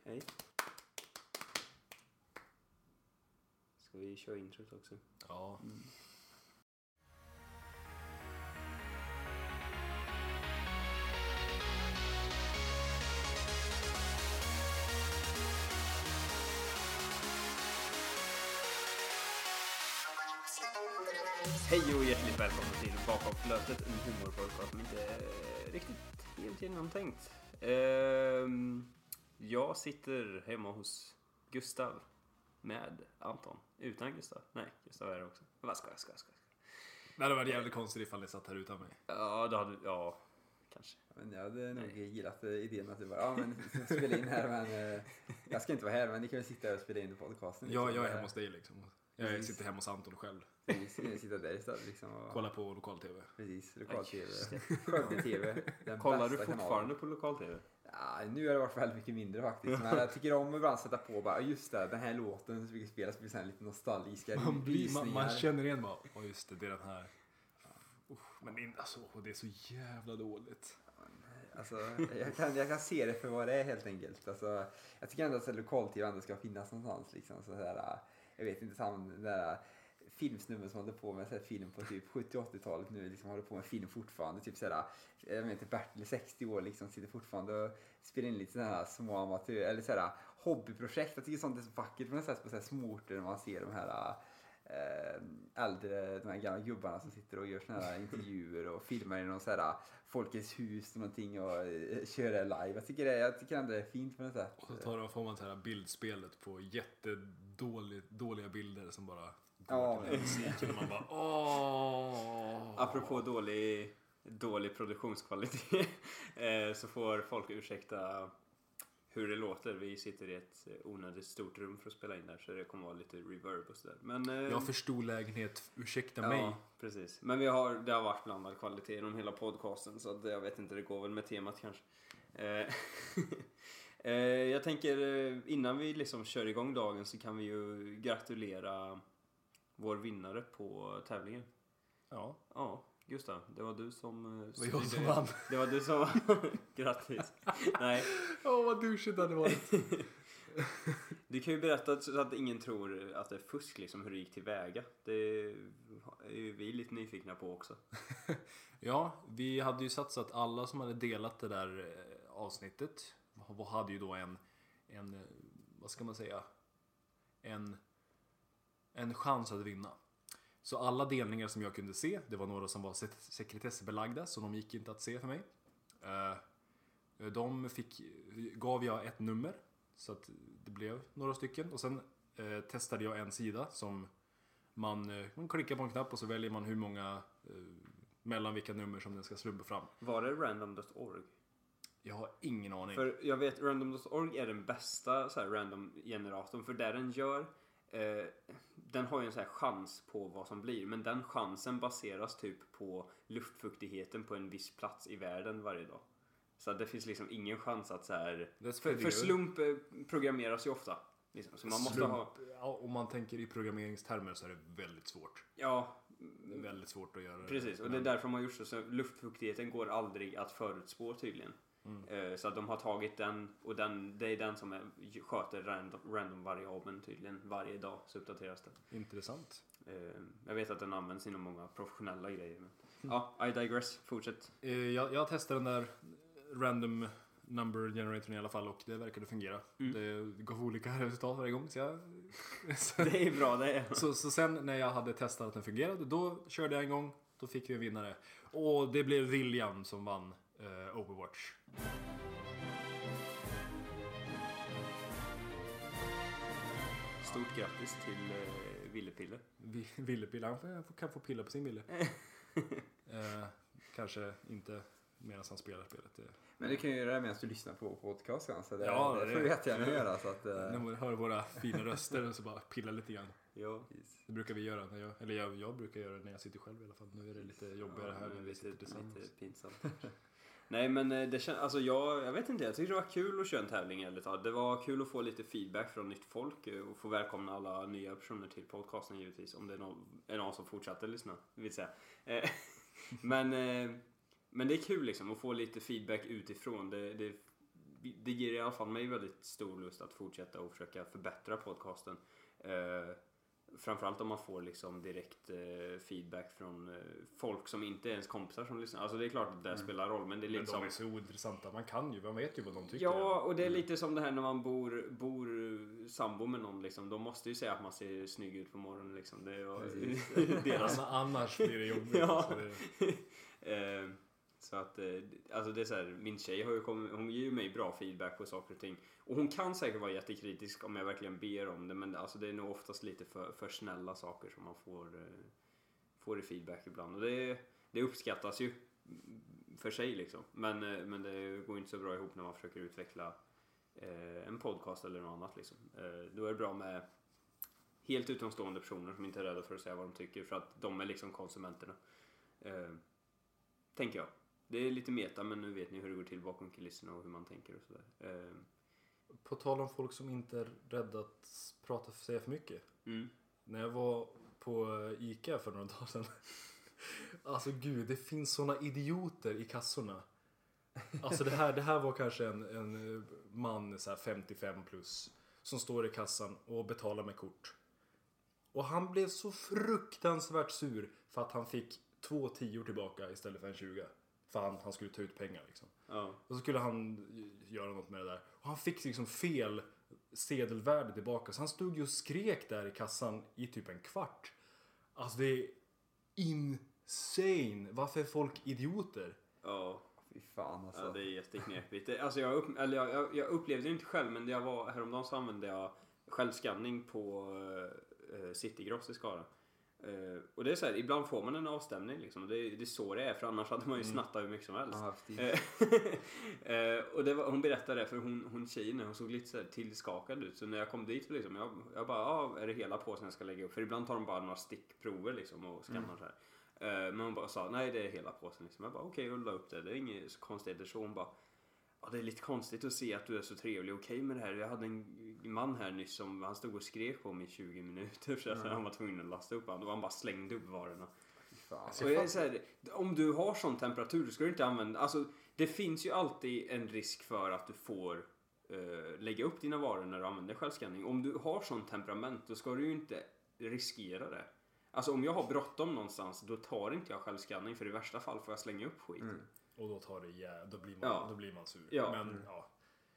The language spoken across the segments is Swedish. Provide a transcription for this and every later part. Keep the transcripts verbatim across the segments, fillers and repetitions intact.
Hej. Ska vi köra introt också? Ja. Mm. Hej och hjärtligt välkomna till Bakom flötet, en humorpodcast som inte är riktigt helt genomtänkt. Ehm, jag sitter hemma hos Gustav med Anton. Utan Gustav. Nej, Gustav är det också. Vad ska jag, ska jag, ska jag. Det hade varit jävligt konstigt ifall ni satt här utan mig. Ja, då hade ja, kanske. Men jag hade nog Nej. gillat idén att du bara, ja men spela in här, men jag ska inte vara här, men ni kan väl sitta här och spela in podcasten. Liksom. Ja, jag är hemma hos dig liksom. Jag Precis. sitter hemma hos Anton själv. Precis, jag sitter där istället liksom. Och... Kolla på lokal-tv. Precis, lokal-tv. Skövde-tv. Kollar du fortfarande kanalen. På lokal-tv? Ja, nu har det varit väldigt mycket mindre faktiskt. Men jag tycker om att ibland sätta på bara, just det, den här låten som vi spelas blir sen lite nostalgiska man, blir, man, man känner igen bara, ja oh, just det, det är den här. Uh, men det, alltså, det är så jävla dåligt. Alltså, jag, kan, jag kan se det för vad det är helt enkelt. Alltså, jag tycker ändå att lokal-tv ändå ska finnas någonstans liksom, så där. Jag vet inte, samma där filmsnummer som håller på med så här, film på typ sjuttio-åttiotalet nu liksom håller på med film fortfarande, typ sådär, jag vet inte, Bertil sextio år liksom sitter fortfarande och spelar in lite sådana här små amatör eller sådär hobbyprojekt. Jag tycker sånt är så vackert på något sätt på så här småorter när man ser de här äh, äldre, de här gamla gubbarna som sitter och gör såna här intervjuer och filmar i någon så här Folkets hus och någonting och äh, kör det live. Jag tycker det, jag tycker ändå det är fint på något sätt. Och så tar man, får man så här bildspelet på jättedåliga dåliga bilder som bara ja, med musiken och man bara åh. Apropå dålig, dålig produktionskvalitet så får folk ursäkta hur det låter. Vi sitter i ett onödigt stort rum för att spela in där, så det kommer vara lite reverb och sådär. Men jag har för stor lägenhet, ursäkta ja, mig. Precis. Men vi har, det har varit blandad kvalitet genom hela podcasten, så att jag vet inte, det går väl med temat kanske. Jag tänker innan vi liksom kör igång dagen så kan vi ju gratulera vår vinnare på tävlingen. Ja. Ja, Gustav, det var du som... Det var jag som vann. Det var du som Grattis. Nej. Åh, oh, vad douchigt det hade varit. Du kan ju berätta så att ingen tror att det är fusk liksom, hur det gick tillväga. Det är ju vi lite nyfikna på också. Ja, vi hade ju satsat alla som hade delat det där avsnittet. Hade ju då en, en vad ska man säga, en, en chans att vinna. Så alla delningar som jag kunde se, det var några som var sekretessbelagda, så de gick inte att se för mig. De fick, gav jag ett nummer, så att det blev några stycken. Och sen eh, testade jag en sida som man, man klickar på en knapp och så väljer man hur många eh, mellan vilka nummer som den ska slumpa fram. Var det random dot org? Jag har ingen aning. För jag vet random dot org är den bästa så här, random-generatorn, för där den gör eh, den har ju en så här chans på vad som blir, men den chansen baseras typ på luftfuktigheten på en viss plats i världen varje dag. Så det finns liksom ingen chans att så här, för, för slump programmeras ju ofta liksom. Så man måste slump, ha... ja, om man tänker i programmeringstermer så är det väldigt svårt. Ja, det är väldigt svårt att göra. Precis, och det är därför man har gjort så, så luftfuktigheten går aldrig att förutspå tydligen. Mm. Så att de har tagit den, och den, det är den som är, sköter random, random variabeln tydligen varje dag, så uppdateras det. Intressant. Jag vet att den används inom många professionella grejer, men... Ja, I digress, fortsätt. Jag, jag testade den där random number generatorn i alla fall, och det verkade fungera. Mm. Det gav olika resultat varje gång, så jag... så, det är bra, det är. Så, så sen när jag hade testat att den fungerade, då körde jag en gång, då fick vi en vinnare. Och det blev William som vann uh, Overwatch. Stort grattis till uh, Villepille. Villepille, han kan få pilla på sin ville. uh, kanske inte medan han spelar spelet. Men du kan ju göra det medan du lyssnar på podcasten, så det, ja, det, det får du jättegärna göra. Så att, uh... när man hör våra fina röster så bara pilla lite grann. Ja. Det brukar vi göra, när jag, eller jag, jag brukar göra det när jag sitter själv i alla fall. Nu är det lite jobbigare ja, här när vi sitter tillsammans. Lite pinsamt. Nej, men det känns, alltså jag, jag vet inte, jag tycker det var kul att köra en tävling eller det var kul att få lite feedback från nytt folk och få välkomna alla nya personer till podcasten givetvis, om det är någon, är någon som fortsätter lyssna, vill säga. Men, men det är kul liksom att få lite feedback utifrån. Det, det det ger i alla fall mig väldigt stor lust att fortsätta och försöka förbättra podcasten. Eh, framförallt om man får liksom direkt eh, feedback från eh, folk som inte är ens kompisar som lyssnar. Alltså det är klart att det mm. spelar roll, men det är men liksom... de är så ointressanta, man kan ju, man vet ju vad de tycker. Ja, och det är lite som det här när man bor, bor sambo med någon liksom. De måste ju säga att man ser snygg ut på morgonen liksom. Det är deras... Annars blir det jobbigt. Ja. Så, det... eh, så att, eh, alltså det är så här, min tjej har ju kommit, hon ger ju mig bra feedback på saker och ting. Och hon kan säkert vara jättekritisk om jag verkligen ber om det, men alltså det är nog oftast lite för, för snälla saker som man får, eh, får i feedback ibland. Och det, det uppskattas ju för sig liksom. Men, eh, men det går inte så bra ihop när man försöker utveckla eh, en podcast eller något annat liksom. Eh, då är det bra med helt utomstående personer som inte är rädda för att säga vad de tycker, för att de är liksom konsumenterna. Eh, tänker jag. Det är lite meta, men nu vet ni hur det går till bakom kulisserna och hur man tänker och sådär. Eh. På tal om folk som inte är rädda att prata för sig för mycket. Mm. När jag var på Ica för några dagar sedan. Alltså gud, det finns såna idioter i kassorna. Alltså det här, det här var kanske en, en man så här femtiofem plus som står i kassan och betalar med kort. Och han blev så fruktansvärt sur för att han fick två tior tillbaka istället för en tjugo. För han, han skulle ta ut pengar liksom. Ja. Och så skulle han göra något med det där. Och han fick liksom fel sedelvärde tillbaka. Så han stod ju och skrek där i kassan i typ en kvart. Alltså det är insane. Varför är folk idioter? Ja. Fy fan alltså. Ja, det är jätteknepigt. Det, alltså jag, upp, eller jag, jag, jag upplevde det inte själv, men det jag var häromdagen så använde jag självskanning på uh, Citygross i Skara. Uh, och det är så här, ibland får man en avstämning liksom. Det, det är så det är, för annars hade man ju mm. snattat hur mycket som helst. Aha, uh, och det var, hon berättade det, för hon, hon tjejen, hon såg lite så här tillskakad ut. Så när jag kom dit liksom, jag, jag bara, ja, är det hela påsen jag ska lägga upp? För ibland tar de bara några stickprover liksom och skannar mm. så här. Uh, men hon bara sa, nej det är hela påsen liksom. Jag bara, okej, okay, rulla upp det. Det är inget så konstigt. Så hon bara, ja, det är lite konstigt att se att du är så trevlig. Okej okay med det här. Jag hade en man här nyss som han stod och skrek på mig i tjugo minuter för att mm. han var tvungen att lasta upp han. Och han bara slängde upp varorna. Fan. Och jag är så här, om du har sån temperatur, ska du inte använda... Alltså, det finns ju alltid en risk för att du får uh, lägga upp dina varor när du använder självskanning. Om du har sån temperament, då ska du ju inte riskera det. Alltså om jag har bråttom någonstans, då tar inte jag självskanning, för i värsta fall får jag slänga upp skit. Mm. Och då tar det ja, då blir man ja. då blir man sur. Ja. Men mm. ja.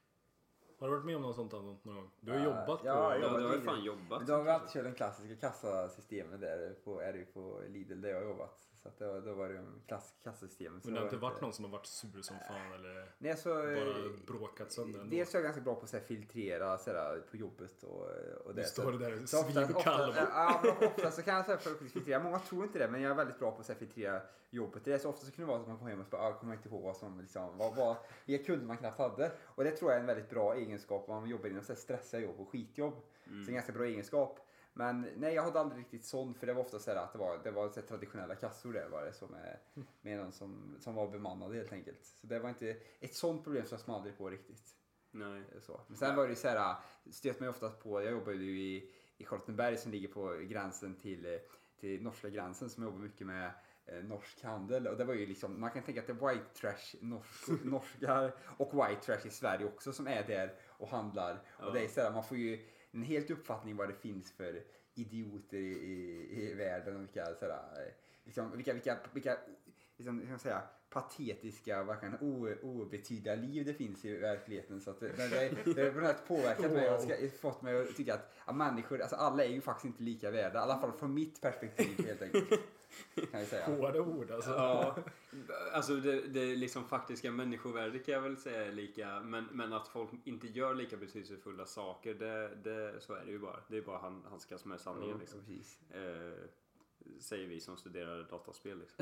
Har du varit med om något sånt någon gång? Du har ja, jobbat ja, på ja, ja, du har ju fan jobbat. Du har väl alltid kört den klassiska kassasystemet där på är det på Lidl där jag har jobbat. Så att då, då var det en klassisk kassasystem. Men det har inte varit någon som har varit sur som fan eller nej, så, bara bråkat sönder ändå? Dels är jag ganska bra på att filtrera sådär, på jobbet och, och det. Du står det där så svinkall. Ofta, ja, men ofta så kan jag säga för att filtrera. Många tror inte det, men jag är väldigt bra på att filtrera jobbet. Det är så ofta så kunde det vara att man kommer hem och så bara, ah, kommer inte ihåg vad som liksom, vad, vad, vilka kunder man knappt hade. Och det tror jag är en väldigt bra egenskap om man jobbar inom så här stressiga jobb och skitjobb. Mm. Så det är en ganska bra egenskap. Men nej, jag hade aldrig riktigt sån, för det var ofta så att det var, det var så traditionella kassor där var det som med, med någon som, som var bemannad helt enkelt. Så det var inte ett sånt problem som jag smad aldrig på riktigt. Nej. Så. Men sen var det ju så här, stöt mig oftast på, jag jobbade ju i, i Charlottenberg som ligger på gränsen till, till norska gränsen, som jag jobbar mycket med eh, norsk handel. Och det var ju liksom, man kan tänka att det är white trash norsk, norskar och white trash i Sverige också som är där och handlar. Ja. Och det är så här, man får ju en helt uppfattning vad det finns för idioter i, i, i världen och vilka sådär, liksom, vilka, vilka, vilka liksom, kan säga, patetiska, verkligen obetydliga liv det finns i verkligheten. Så att det, det, det har på något sätt påverkat mig och ska, fått mig att tycka att, att människor, alltså alla är ju faktiskt inte lika värda, i alla fall från mitt perspektiv helt enkelt. Kan jag säga. Hårda ord alltså. Ja, alltså det, det liksom faktiska människovärdet kan jag väl säga är lika, men, men att folk inte gör lika betydelsefulla saker, det, det, så är det ju bara. Det är bara han, handskas med sanningen ja, liksom. Precis. Eh, säger vi som studerar dataspel liksom.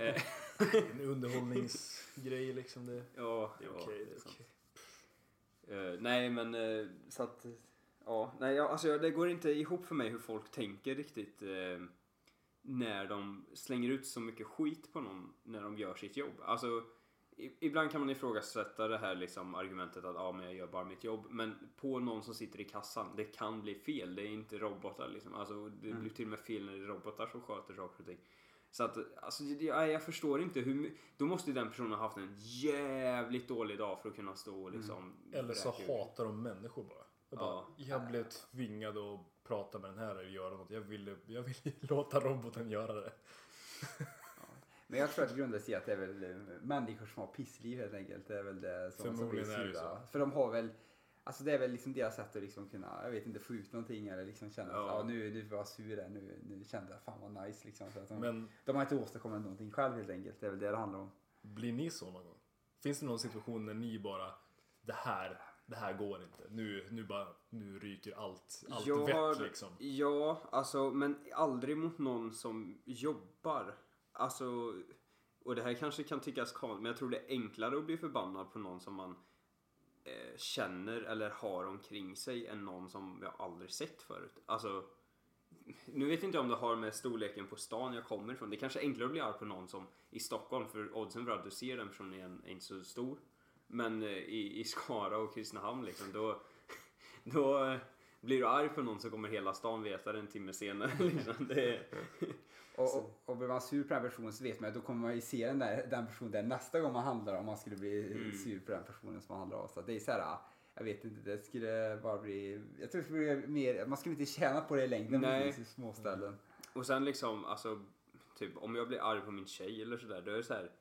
En underhållningsgrej liksom. Det, ja, det är ja, okej. Det är okay. uh, nej men uh, så att ja, nej, alltså det går inte ihop för mig hur folk tänker riktigt uh, när de slänger ut så mycket skit på någon när de gör sitt jobb. Alltså i, ibland kan man ifrågasätta det här liksom argumentet att ja, men jag gör bara mitt jobb, men på någon som sitter i kassan, det kan bli fel, det är inte robotar liksom. Alltså det blir till och med fel när det är robotar som sköter saker och ting. Så att, alltså, jag, jag förstår inte hur... Då måste ju den personen ha haft en jävligt dålig dag för att kunna stå och liksom... Mm. Eller så hatar de människor bara. Jag, bara, Ja. jag blev tvingad att prata med den här eller göra något. Jag ville, jag ville låta roboten göra det. Men jag tror att grundar sig att det är väl människor som har pissliv helt enkelt. Det är väl det som, som blir sura. För de har väl, alltså det är väl liksom deras sätt att liksom kunna, jag vet inte, få ut någonting eller liksom känna ja. att ah, nu, nu var jag sur där, nu, nu kände jag fan vad nice liksom. Så att de, Men, de har inte åstadkommit någonting själv helt enkelt. Det är väl det det handlar om. Blir ni så någon gång? Finns det någon situation när ni bara, det här, det här går inte. Nu, nu bara, nu ryker allt, allt jag vett har, liksom. Ja, alltså, men aldrig mot någon som jobbar. Alltså, och det här kanske kan tyckas konstigt, men jag tror det är enklare att bli förbannad på någon som man eh, känner eller har omkring sig än någon som jag aldrig sett förut. Alltså, nu vet inte om det har med storleken på stan jag kommer ifrån. Det är kanske är enklare att bli arg på någon som i Stockholm, för oddsen för att du ser den personen igen är inte så stor. Men eh, i, i Skara och Kristinehamn liksom, då, då eh, blir du arg på någon så kommer hela stan veta det en timme senare. Liksom. Det är, Och, och, och blir man sur på den personen så vet man att då kommer man ju se den, där, den personen där nästa gång man handlar, om man skulle bli Mm. sur på den personen som man handlar av. Så det är så här, jag vet inte, det skulle bara bli, jag tror det skulle bli mer, man skulle inte tjäna på det i längden. Nej. I små ställen. Och sen liksom, alltså, typ om jag blir arg på min tjej eller sådär, då är det så här.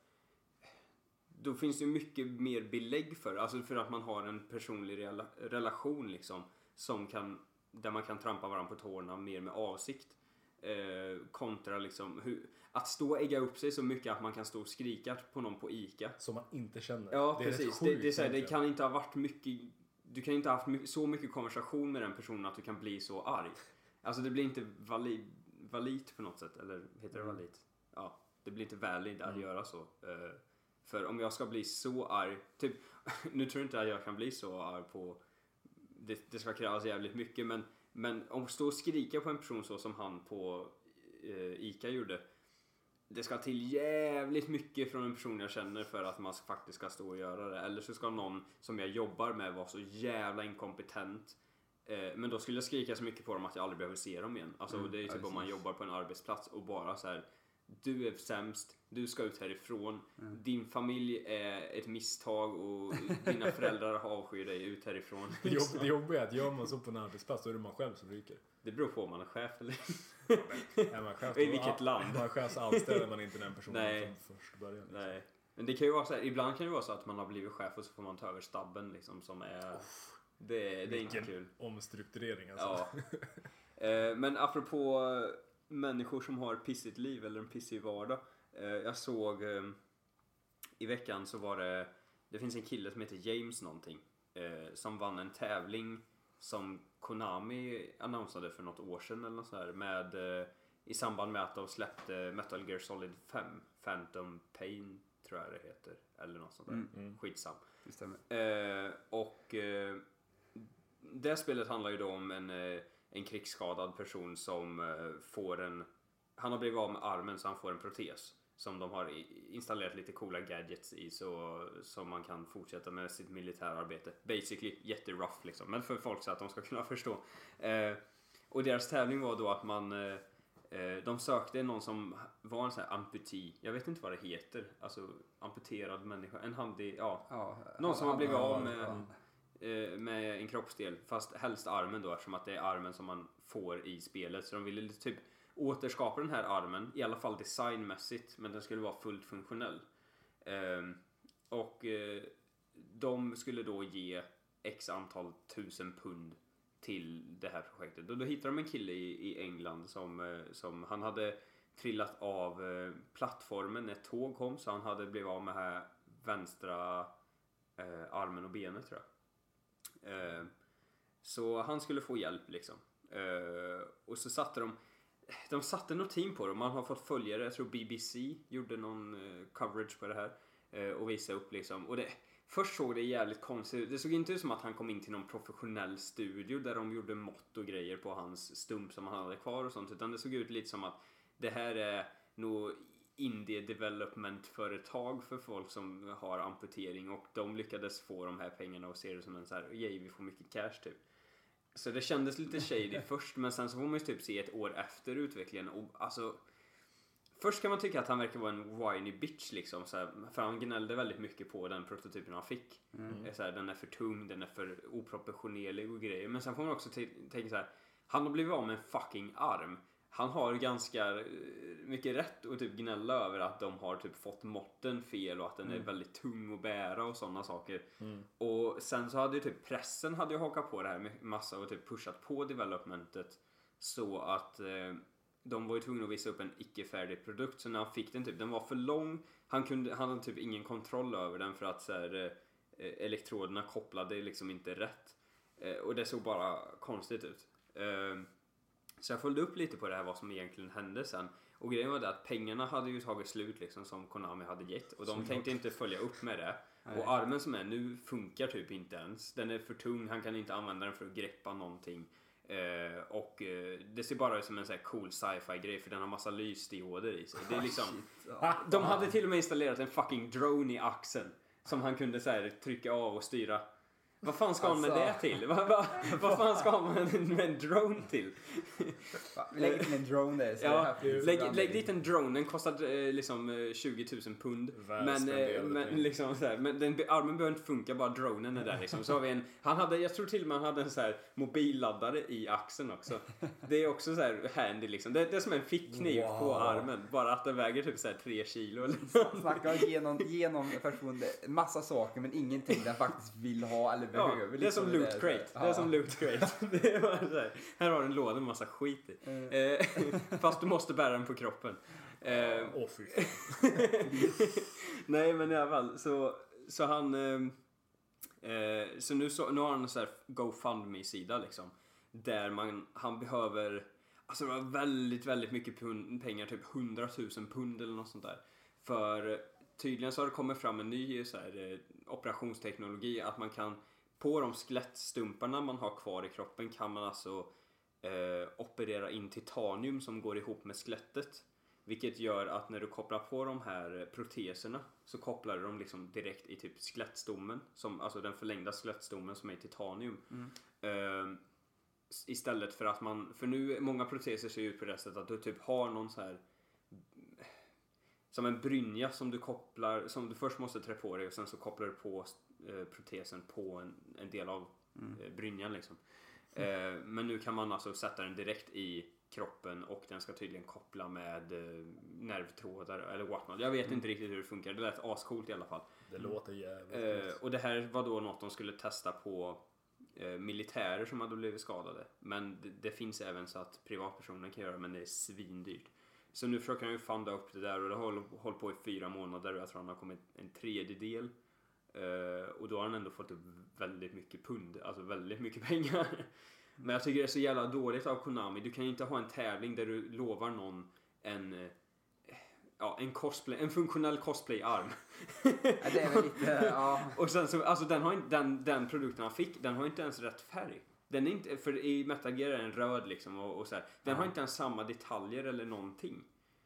Då finns det ju mycket mer belägg för, alltså för att man har en personlig rela- relation liksom, som kan, där man kan trampa varandra på tårna mer med avsikt. Eh, kontra liksom hur, att stå och ägga upp sig så mycket att man kan stå och skrika på någon på ICA. Som man inte känner. Ja, det är precis. rätt Det, sjukt, det, är så här, det egentligen. kan inte ha varit mycket. Du kan inte ha haft mycket, så mycket konversation med den personen att du kan bli så arg. Alltså det blir inte valid, valid på något sätt. Eller heter det Mm. valid? Ja, det blir inte valid att Mm. göra så. Eh, för om jag ska bli så arg, typ, nu tror jag inte att jag kan bli så arg på, det, det ska krävas jävligt mycket, men, men om stå och skrika på en person så som han på eh, ICA gjorde, det ska till jävligt mycket från en person jag känner för att man faktiskt ska stå och göra det. Eller så ska någon som jag jobbar med vara så jävla inkompetent. Eh, men då skulle jag skrika så mycket på dem att jag aldrig behöver se dem igen. Alltså Mm, det är typ ja, om man precis. jobbar på en arbetsplats och bara så här: du är sämst, du ska ut härifrån, Mm. din familj är ett misstag och dina föräldrar avskyr dig, ut härifrån. Det jobb- det jobbiga är att gör man så på en arbetsplats, då är det man själv som ryker. Det beror på om man är chef eller Är man chef, I vilket land? Är man chef så anställer man inte den personen Nej. från första början. Liksom. Nej. Men det kan ju vara så här, ibland kan det vara så att man har blivit chef och så får man ta över stabben liksom, som är det, det är inte Vilken kul. omstrukturering alltså. Ja. Eh, men apropå människor som har pissigt liv eller en pissig vardag. Eh, jag såg eh, i veckan så var det, det finns en kille som heter James någonting eh, som vann en tävling som Konami annonsade för något år sedan eller något så här, med eh, i samband med att de släppte Metal Gear Solid fem, Phantom Pain tror jag det heter, eller något sånt där. Mm. Mm. Skitsam. Det stämmer. Eh, och eh, det spelet handlar ju då om en, eh, en krigsskadad person som eh, får en, han har blivit av med armen så han får en protes som de har i, installerat lite coola gadgets i så, så man kan fortsätta med sitt militärarbete. Basically jätterough liksom, men för folk så att de ska kunna förstå. Eh, och deras tävling var då att man eh, eh, de sökte någon som var en sån här amputee. Jag vet inte vad det heter. Alltså amputerad människa. En handi, ja. Ja, Någon som har blivit ja, av ja, med, ja. eh, med en kroppsdel. Fast helst armen då, eftersom att det är armen som man får i spelet. Så de ville typ återskapa den här armen, i alla fall designmässigt, men den skulle vara fullt funktionell. Eh, och eh, de skulle då ge x antal tusen pund till det här projektet. Och då hittade de en kille i, i England som, eh, som han hade trillat av eh, plattformen när ett tåg kom, så han hade blivit av med här vänstra eh, armen och benet tror jag. Eh, så han skulle få hjälp liksom. Eh, och så satte de de satte något team på det. Man har fått följare, jag tror B B C gjorde någon eh, coverage på det här eh, och visade upp liksom. Och det, först såg det jävligt konstigt ut. Det såg inte ut som att han kom in till någon professionell studio där de gjorde mått och grejer på hans stump som han hade kvar och sånt, utan det såg ut lite som att det här är nog indie development företag för folk som har amputering, och de lyckades få de här pengarna och se det som en så här, yay, vi får mycket cash typ. Så det kändes lite shady först, men sen så får man ju typ se ett år efter utvecklingen och alltså Först kan man tycka att han verkar vara en whiny bitch liksom, så här, för han gnällde väldigt mycket på den prototypen han fick. Mm. Så här, den är för tung, den är för oproportionerlig och grejer. Men sen får man också t- tänka så här, han har blivit av med en fucking arm. Han har ganska mycket rätt att typ gnälla över att de har typ fått måtten fel och att den mm. är väldigt tung att bära och sådana saker. Mm. Och sen så hade ju typ pressen hade ju hakat på det här med massa och typ pushat på developmentet så att eh, de var ju tvungna att visa upp en icke-färdig produkt. Så när han fick den typ, den var för lång. Han kunde, han hade typ ingen kontroll över den för att så här, eh, elektroderna kopplade liksom inte rätt. Eh, och det såg bara konstigt ut. Eh, så jag följde upp lite på det här vad som egentligen hände sen. Och grejen var det att pengarna hade ju tagit slut liksom som Konami hade gett. Och de som tänkte inte följa upp med det. Nej. Och armen som är nu funkar typ inte ens. Den är för tung, han kan inte använda den för att greppa någonting. Eh, och eh, det ser bara ut som en sån här cool sci-fi grej för den har massa lysdioder i sig. Det är liksom, de hade till och med installerat en fucking drone i axeln som han kunde så här, trycka av och styra. Vad fan ska alltså... han med det till? Vad, vad, vad fan ska han med en, med en drone till? Lägg dit en drone där. Så ja, lägg, lägg dit en drone. Den kostar eh, liksom tjugo tusen pund. Men, eh, men, liksom, så här, men den armen behöver inte funka, bara dronen är där. Liksom. Så har vi en, han hade, jag tror till och med han hade en så här mobilladdare i axeln också. Det är också så här handy. Liksom. Det, det är som en fickkniv wow. på armen. Bara att den väger typ så här tre kilo. Snacka genom, genom person, en massa saker men ingenting den faktiskt vill ha eller ja, det är som loot crate. Det, det är som loot crate. Det är bara så här, här har du en låda med massa skit i. Mm. Eh, fast du måste bära den på kroppen. Eh, oh, fy. Nej, men i alla fall så, så han eh, eh, så nu så nu har han en sån här GoFundMe-sida liksom där man han behöver alltså det var väldigt väldigt mycket pund, pengar, typ hundratusen pund eller något sånt där. För tydligen så har det kommit fram en ny så här eh, operationsteknologi att man kan på de skelettstumparna man har kvar i kroppen kan man alltså eh, operera in titanium som går ihop med skelettet. Vilket gör att när du kopplar på de här proteserna så kopplar de liksom direkt i typ skelettstommen. Som, alltså den förlängda skelettstommen som är titanium. Mm. Eh, istället för att man... För nu, många proteser ser ut på det sättet att du typ har någon så här... Som en brynja som du kopplar... Som du först måste trä på dig och sen så kopplar du på eh, protesen på en, en del av mm. eh, brynjan liksom. Mm. Eh, men nu kan man alltså sätta den direkt i kroppen och den ska tydligen koppla med eh, nervtrådar eller whatnot. Jag vet mm. inte riktigt hur det funkar. Det lät ascoolt i alla fall. Det låter jävligt. Eh, och det här var då något de skulle testa på eh, militärer som hade blivit skadade. Men det, det finns även så att privatpersoner kan göra, men det är svindyrt. Så nu försöker han ju funda upp det där och det har hållit på i fyra månader och jag tror han har kommit en tredjedel. Uh, och då har han ändå fått upp väldigt mycket pund, alltså väldigt mycket pengar. Men jag tycker det är så jävla dåligt av Konami. Du kan ju inte ha en tävling där du lovar någon en ja, en cosplay, en funktionell cosplay-arm. Ja, det är väl lite, ja. Och sen så, alltså den, har inte, den, den produkten han fick, den har inte ens rätt färg. Den är inte, för i Metal Gear är den röd liksom och, och så här. Den ja. har inte ens samma detaljer eller någonting.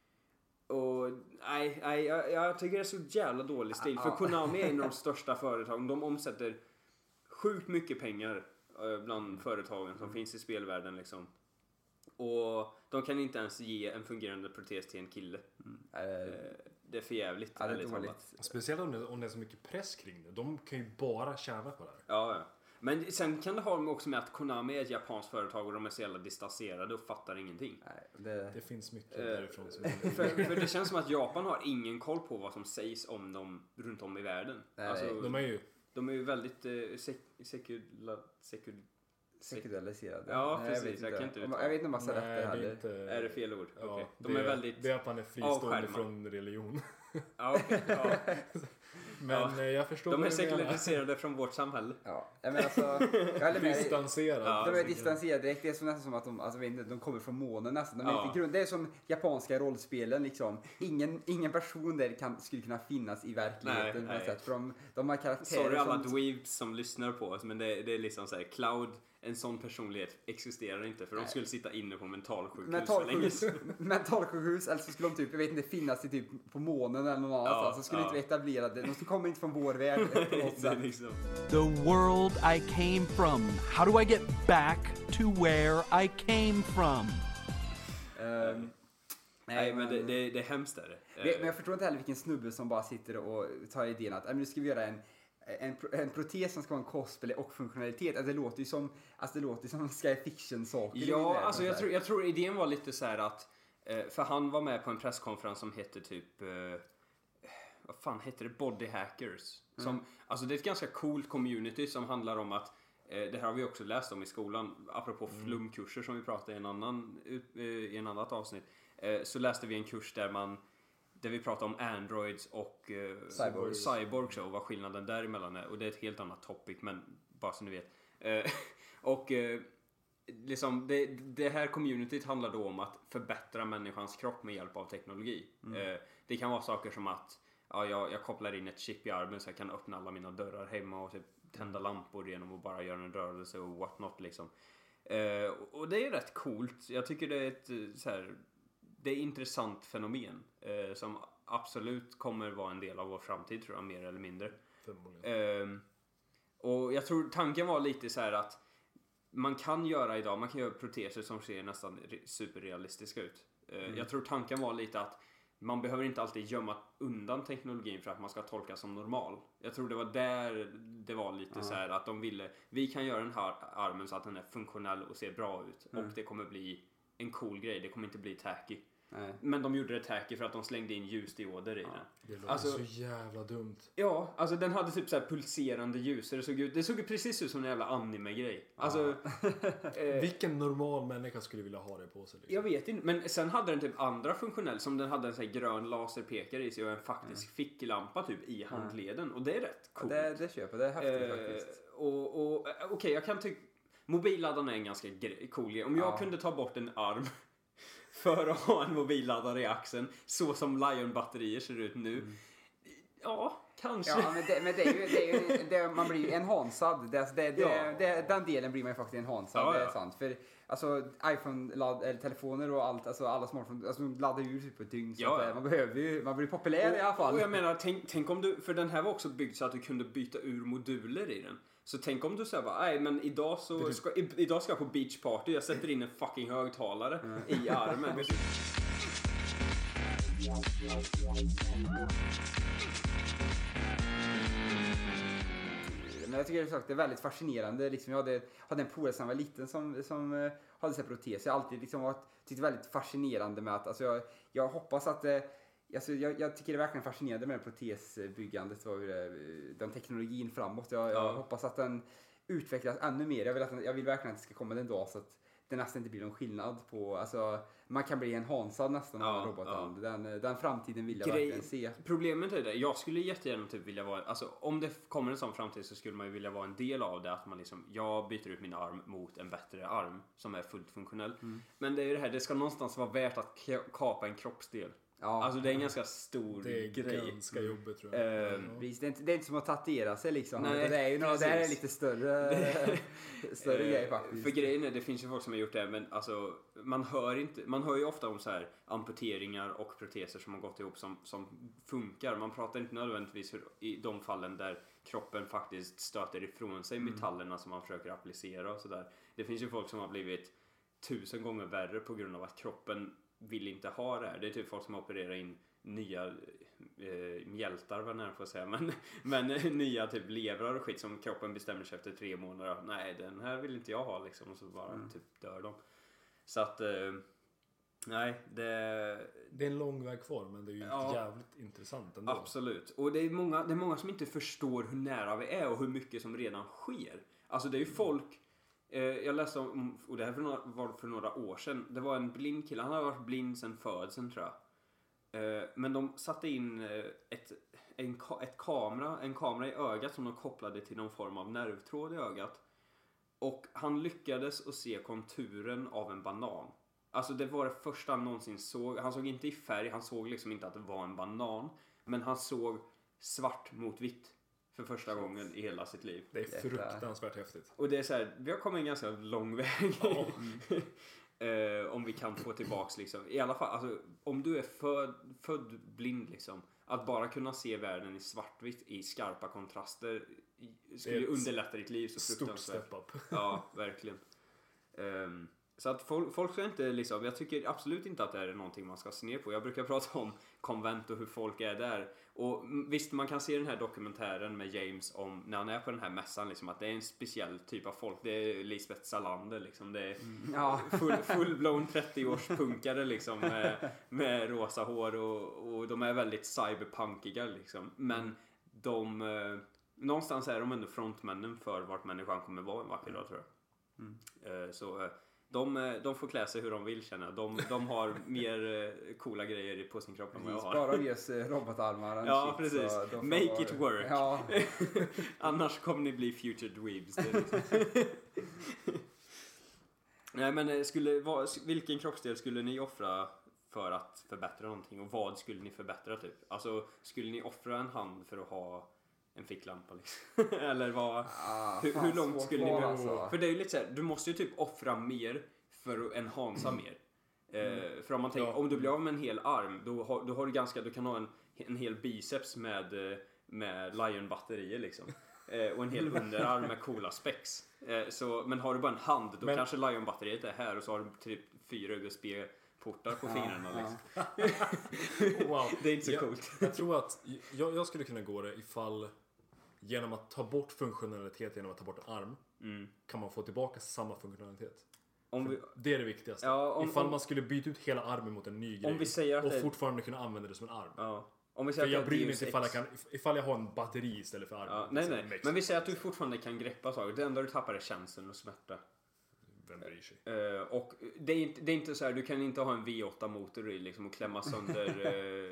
Och nej, nej jag, jag tycker det är så jävla dålig stil. Ja. För Konami är en av de största företagen. De omsätter sjukt mycket pengar bland företagen som mm. finns i spelvärlden liksom. Och de kan inte ens ge en fungerande protes till en kille. Mm. Uh, det är för jävligt. Ja, det är dåligt. Speciellt om det, om det är så mycket press kring det. De kan ju bara tjäna på det här. Ja, ja. Men sen kan det ha också med att Konami är ett japanskt företag och de är så jävla distanserade och fattar ingenting. Nej, det... det finns mycket uh, därifrån. Som för, för det känns som att Japan har ingen koll på vad som sägs om dem runt om i världen. Nej, alltså, de är ju... De är ju väldigt eh, sek- sekula, sekul, sekulariserade. Ja, precis. Jag, jag kan inte uttala. Jag vet inte massa rätter heller. Inte... Är det fel ord? Ja, okay. De det, är väldigt det är att man är fristående från religion. Ja, okay. Ja. Men ja. jag förstår. De är sekulariserade från vårt samhälle. Ja, jag menar alltså, jag distanserade. Ja, de är distanserade direkt. Det är som nästan som att de, alltså, vet inte, de kommer från månen nästan. De är ja. inte grund. Det är som japanska rollspelen liksom. Ingen, ingen person där kan, skulle kunna finnas i verkligheten. Nej, nej. Sätt, för de, de har karaktärer. Sorry alla som... dweebs som lyssnar på oss, men det, det är liksom så här, Cloud, en sån personlighet existerar inte för nej. de skulle sitta inne på mentalsjukhus. Mentalsjukhus, mentalsjukhus eller så skulle de typ, jag vet inte, finnas i typ på månen eller någon annanstans. Ja, så skulle ja. inte vara etablerade. De kommer inte från vår värld. liksom. The world I came from. How do I get back to where I came from? Um, Nej, men det, det, det är hemskt där. Men, men jag förstår inte heller vilken snubbe som bara sitter och tar idén att nu ska vi göra en En, en protes som ska vara en cosplay och funktionalitet. Alltså, det låter ju som, alltså, det låter som sci fiction-saker. Ja, alltså jag tror, jag tror idén var lite så här att för han var med på en presskonferens som hette typ vad fan heter det? Body Hackers. Som, mm. Alltså det är ett ganska coolt community som handlar om att det här har vi också läst om i skolan apropå mm. flumkurser som vi pratade i en annan i en annat avsnitt. Så läste vi en kurs där man där vi pratar om androids och uh, cyborgs. cyborgs och vad skillnaden däremellan är. Och det är ett helt annat topic, men bara så ni vet. Uh, och uh, liksom det, det här communityt handlar då om att förbättra människans kropp med hjälp av teknologi. Mm. Uh, det kan vara saker som att ja, jag, jag kopplar in ett chip i armen så jag kan öppna alla mina dörrar hemma och typ tända lampor genom att bara göra en rörelse och what not liksom. Uh, och det är rätt coolt. Jag tycker det är ett så här, det är ett intressant fenomen eh, som absolut kommer vara en del av vår framtid tror jag, mer eller mindre. Eh, och jag tror tanken var lite så här att man kan göra idag, man kan göra proteser som ser nästan superrealistiska ut. Eh, mm. Jag tror tanken var lite att man behöver inte alltid gömma undan teknologin för att man ska tolka som normal. Jag tror det var där det var lite mm. så här att de ville, vi kan göra den här armen så att den är funktionell och ser bra ut. Mm. Och det kommer bli en cool grej, det kommer inte bli tacky. Nej. Men de gjorde det tacky för att de slängde in ljusdioder i ja, den. Det låter alltså, så jävla dumt. Ja, alltså den hade typ så här pulserande ljus. Det såg ut, det såg precis ut som en jävla anime-grej. Alltså, eh, vilken normal människa skulle vilja ha det på sig? Liksom? Jag vet inte, men sen hade den typ andra funktionell som den hade en så här grön laserpekare i sig och en faktisk mm. ficklampa typ i handleden. Mm. Och det är rätt coolt. Ja, det, det köper, det är häftigt eh, faktiskt. Och, och okej, okay, jag kan tycka mobilladdaren är en ganska gre- cool grej. Om jag ja. kunde ta bort en arm för att ha en mobilladdare i axeln så som Lion-batterier ser ut nu. Mm. Ja, kanske. Ja, men det, men det är ju, det är ju det, man blir ju enhansad. Det, det, det, ja. det, den delen blir man ju faktiskt enhansad, ja, ja. Det är sant. För alltså iPhone ladd, eller telefoner och allt, alltså alla smartphones, alltså de laddar ju typ på ett dygn så ja, ja. man behöver ju, man blir populär och, i alla fall. Och jag menar, tänk, tänk om du, för den här var också byggd så att du kunde byta ur moduler i den. Så tänk om du säger bara, nej men idag så ska, i, idag ska jag på beach party, jag sätter in en fucking högtalare mm. i armen. Men jag tycker det är väldigt fascinerande. Liksom jag hade, hade en polare som var liten som, som uh, hade sett protes. Jag har alltid liksom varit, tyckt väldigt fascinerande med att, alltså jag, jag hoppas att uh, Alltså, jag, jag tycker det är verkligen fascinerande med protesbyggandet och den teknologin framåt. Jag, ja. jag hoppas att den utvecklas ännu mer. Jag vill, att den, jag vill verkligen att det ska komma en dag så att det nästan inte blir någon skillnad på, alltså, man kan bli enhansad nästan av ja, roboten. Ja. Den, den framtiden vill jag Grej, verkligen se. Problemet är det, jag skulle jättegärna typ vilja vara, alltså om det kommer en sån framtid så skulle man ju vilja vara en del av det, att man liksom, jag byter ut min arm mot en bättre arm som är fullt funktionell. Mm. Men det är ju det här, det ska någonstans vara värt att kapa en kroppsdel. Ja. Alltså det är en ganska stor det är grej. Ganska jobbigt tror jag. Um, ja. det, är inte, det är inte som att tatuera sig liksom. Nej, det är ju några, det här är lite större större uh, grej faktiskt. För grejen är, det finns ju folk som har gjort det, men alltså man hör inte, man hör ju ofta om så här amputeringar och proteser som har gått ihop som, som funkar. Man pratar inte nödvändigtvis hur, i de fallen där kroppen faktiskt stöter ifrån sig mm. metallerna som man försöker applicera och sådär. Det finns ju folk som har blivit tusen gånger värre på grund av att kroppen vill inte ha det här. Det är typ folk som opererar in nya eh, mjältar, vad jag får säga, men, men nya typ levrar och skit som kroppen bestämmer sig efter tre månader. Nej, den här vill inte jag ha liksom, och så bara mm. typ dör de. Så att eh, nej, det... det är en lång väg kvar, men det är ju ja, jävligt intressant ändå. Absolut. Och det är, många, det är många som inte förstår hur nära vi är och hur mycket som redan sker. Alltså det är ju folk. Jag läste om, och det här var för några år sedan. Det var en blind kille, han har varit blind sedan födseln tror jag. Men de satte in ett, en, ett kamera, en kamera i ögat som de kopplade till någon form av nervtråd i ögat. Och han lyckades att se konturen av en banan. Alltså det var det första han någonsin såg. Han såg inte i färg, han såg liksom inte att det var en banan. Men han såg svart mot vitt. För första gången i hela sitt liv. Det är fruktansvärt häftigt. Och det är så här, vi har kommit en ganska lång väg. Oh. uh, om vi kan få tillbaks liksom. I alla fall, alltså, om du är född, född blind liksom. Att bara kunna se världen i svartvitt i skarpa kontraster skulle underlätta ditt liv så fruktansvärt. Stort step up. Ja, verkligen. Um, Så att folk, folk ska inte liksom, jag tycker absolut inte att det är någonting man ska se ner på. Jag brukar prata om konvent och hur folk är där. Och visst, man kan se den här dokumentären med James om när han är på den här mässan liksom, att det är en speciell typ av folk. Det är Lisbeth Salander liksom. Det är Ja. full, full-blown trettio-årspunkare liksom med, med rosa hår och, och de är väldigt cyberpunkiga liksom. Men de, eh, någonstans är de ändå frontmännen för vart människan kommer vara en vacker dag, tror jag. Mm. Eh, så eh, de, de får klä sig hur de vill, känna. De, de har mer eh, coola grejer på sin kropp än vad jag har. Bara ges eh, robotarmar. Ja, shit, precis. så de får Make vara- it work. Ja. Annars kommer ni bli future dweebs. Det är liksom. Nej, men eh, skulle, vad, vilken kroppsdel skulle ni offra för att förbättra någonting? Och vad skulle ni förbättra typ? Alltså, skulle ni offra en hand för att ha en ficklampa liksom? Eller vad? Ah, hur, fan, hur långt svårt skulle ni val, vilja? alltså. För det är ju lite så här, du måste ju typ offra mer för att enhansa mer. Eh, för om man tänker, Ja. om du blir av med en hel arm, då har, då har du ganska, du kan ha en, en hel biceps med, eh, med Lion-batterier liksom. Eh, och en hel underarm med coola specs. Eh, så, men har du bara en hand, då Men- kanske Lion-batteriet är här och så har du typ fyra U S B-portar på fingrarna Ja, liksom. Wow. Det är inte så jag, coolt. Jag tror att jag, jag skulle kunna gå det ifall genom att ta bort funktionalitet genom att ta bort en arm Mm. kan man få tillbaka samma funktionalitet. Om För vi, det är det viktigaste. Ja, om- ifall om- man skulle byta ut hela armen mot en ny grej om vi säger att och det, fortfarande kunna använda det som en arm. ja, om vi För säger att jag det är bryr mig Deus inte ifall jag, Ex. kan, ifall jag har en batteri istället för armen. Ja, nej, nej. Men vi säger att du fortfarande kan greppa saker. Det enda du tappar är känslan och smärta. Vem bryr sig? Uh, och det är, inte, det är inte så här, du kan inte ha en V åtta motor i liksom och klämma sönder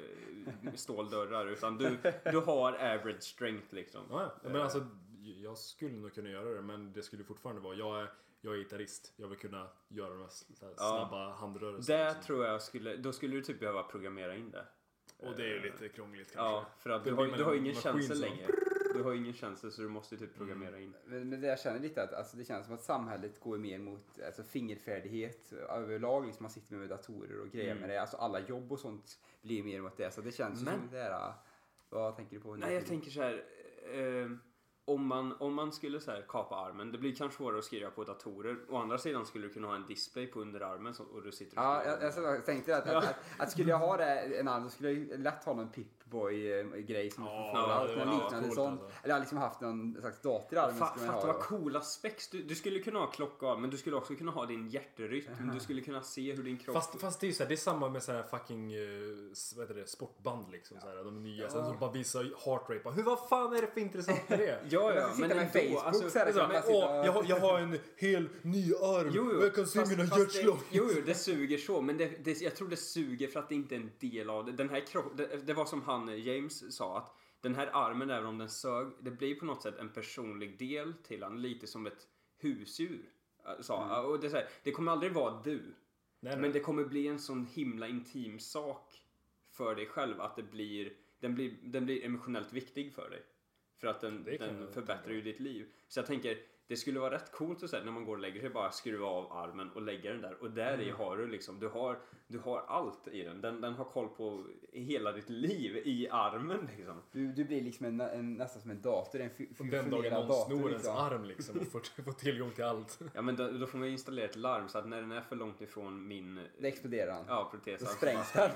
uh, ståldörrar, utan du, du har average strength liksom. Ja, ja. Men alltså, jag skulle nog kunna göra det, men det skulle fortfarande vara, jag är, jag är gitarrist, jag vill kunna göra de här så här snabba handrörelser. Det liksom. tror jag skulle, då skulle du typ behöva programmera in det. Och det är ju lite krångligt kanske. Ja, för att Det du blir har, med du har en ingen maskin känsla som- längre. Du har ingen känsla, så du måste typ programmera in. Men, men det jag känner lite att alltså, det känns som att samhället går mer mot alltså, fingerfärdighet överlag. Liksom, man sitter med datorer och grejer Mm. med det. Alltså, alla jobb och sånt blir mer mot det. Så det känns Men- som det här. Vad tänker du på? Nej, jag tänker så här. Eh, om, man, om man skulle så här kapa armen, det blir kanske svårare att skriva på datorer. Å andra sidan skulle du kunna ha en display på underarmen så, och du sitter och Ja, skriver. jag, jag, jag tänkte att, att, att, att skulle jag ha det en arm, så skulle jag lätt ha någon Pip-Boy-grej som Ja, får det någon var liknande coolt, sånt. alltså. Eller jag har liksom haft någon slags dator i armen. Fa, skulle man fatta ha vad då. coola spex. Du, du skulle kunna ha klocka, men du skulle också kunna ha din hjärterytm. Du skulle kunna se hur din kropp... Fast, fast det är ju så här, det är samma med så här fucking uh, vad heter det, sportband liksom, så här, de nya, Ja. sen så bara visar heart rate. Bara, hur, vad fan är det för intressant med det? Ja, Jag ja, ska sitta men med ändå, Facebook alltså, så här, Det är så här, kan men, man sitta åh, och- jag, har, jag har en hel ny arm Jo, jo, och jag kan se fast- mina fast hjärtslag. det- Jo, jo, det suger så, men det, det, jag tror det suger för att det inte är en del av det. Den här kropp, det, det var som han, James, sa, att den här armen, även om den sög, det blir på något sätt en personlig del till han, lite som ett husdjur. äh, Sa. Mm. Och det, är så här, det kommer aldrig vara du, Nej, nej. men det kommer bli en sån himla intim sak för dig själv att det blir, den blir, den blir emotionellt viktig för dig. För att den, Det kan den jag förbättrar tänka ju ditt liv. Så jag tänker, det skulle vara rätt coolt att säga när man går och lägger sig, bara skruva av armen och lägga den där. Och där i har du liksom, du har, du har allt i den. den. Den har koll på hela ditt liv i armen liksom. Du, du blir liksom en, en, nästan som en dator. En f- Och den dagen fungerande någon snor ens liksom. arm liksom och får, får tillgång till allt. Ja, men då, då får man ju installera ett larm så att när den är för långt ifrån min Det exploderar han. ja, protes. Då alltså, sprängs den.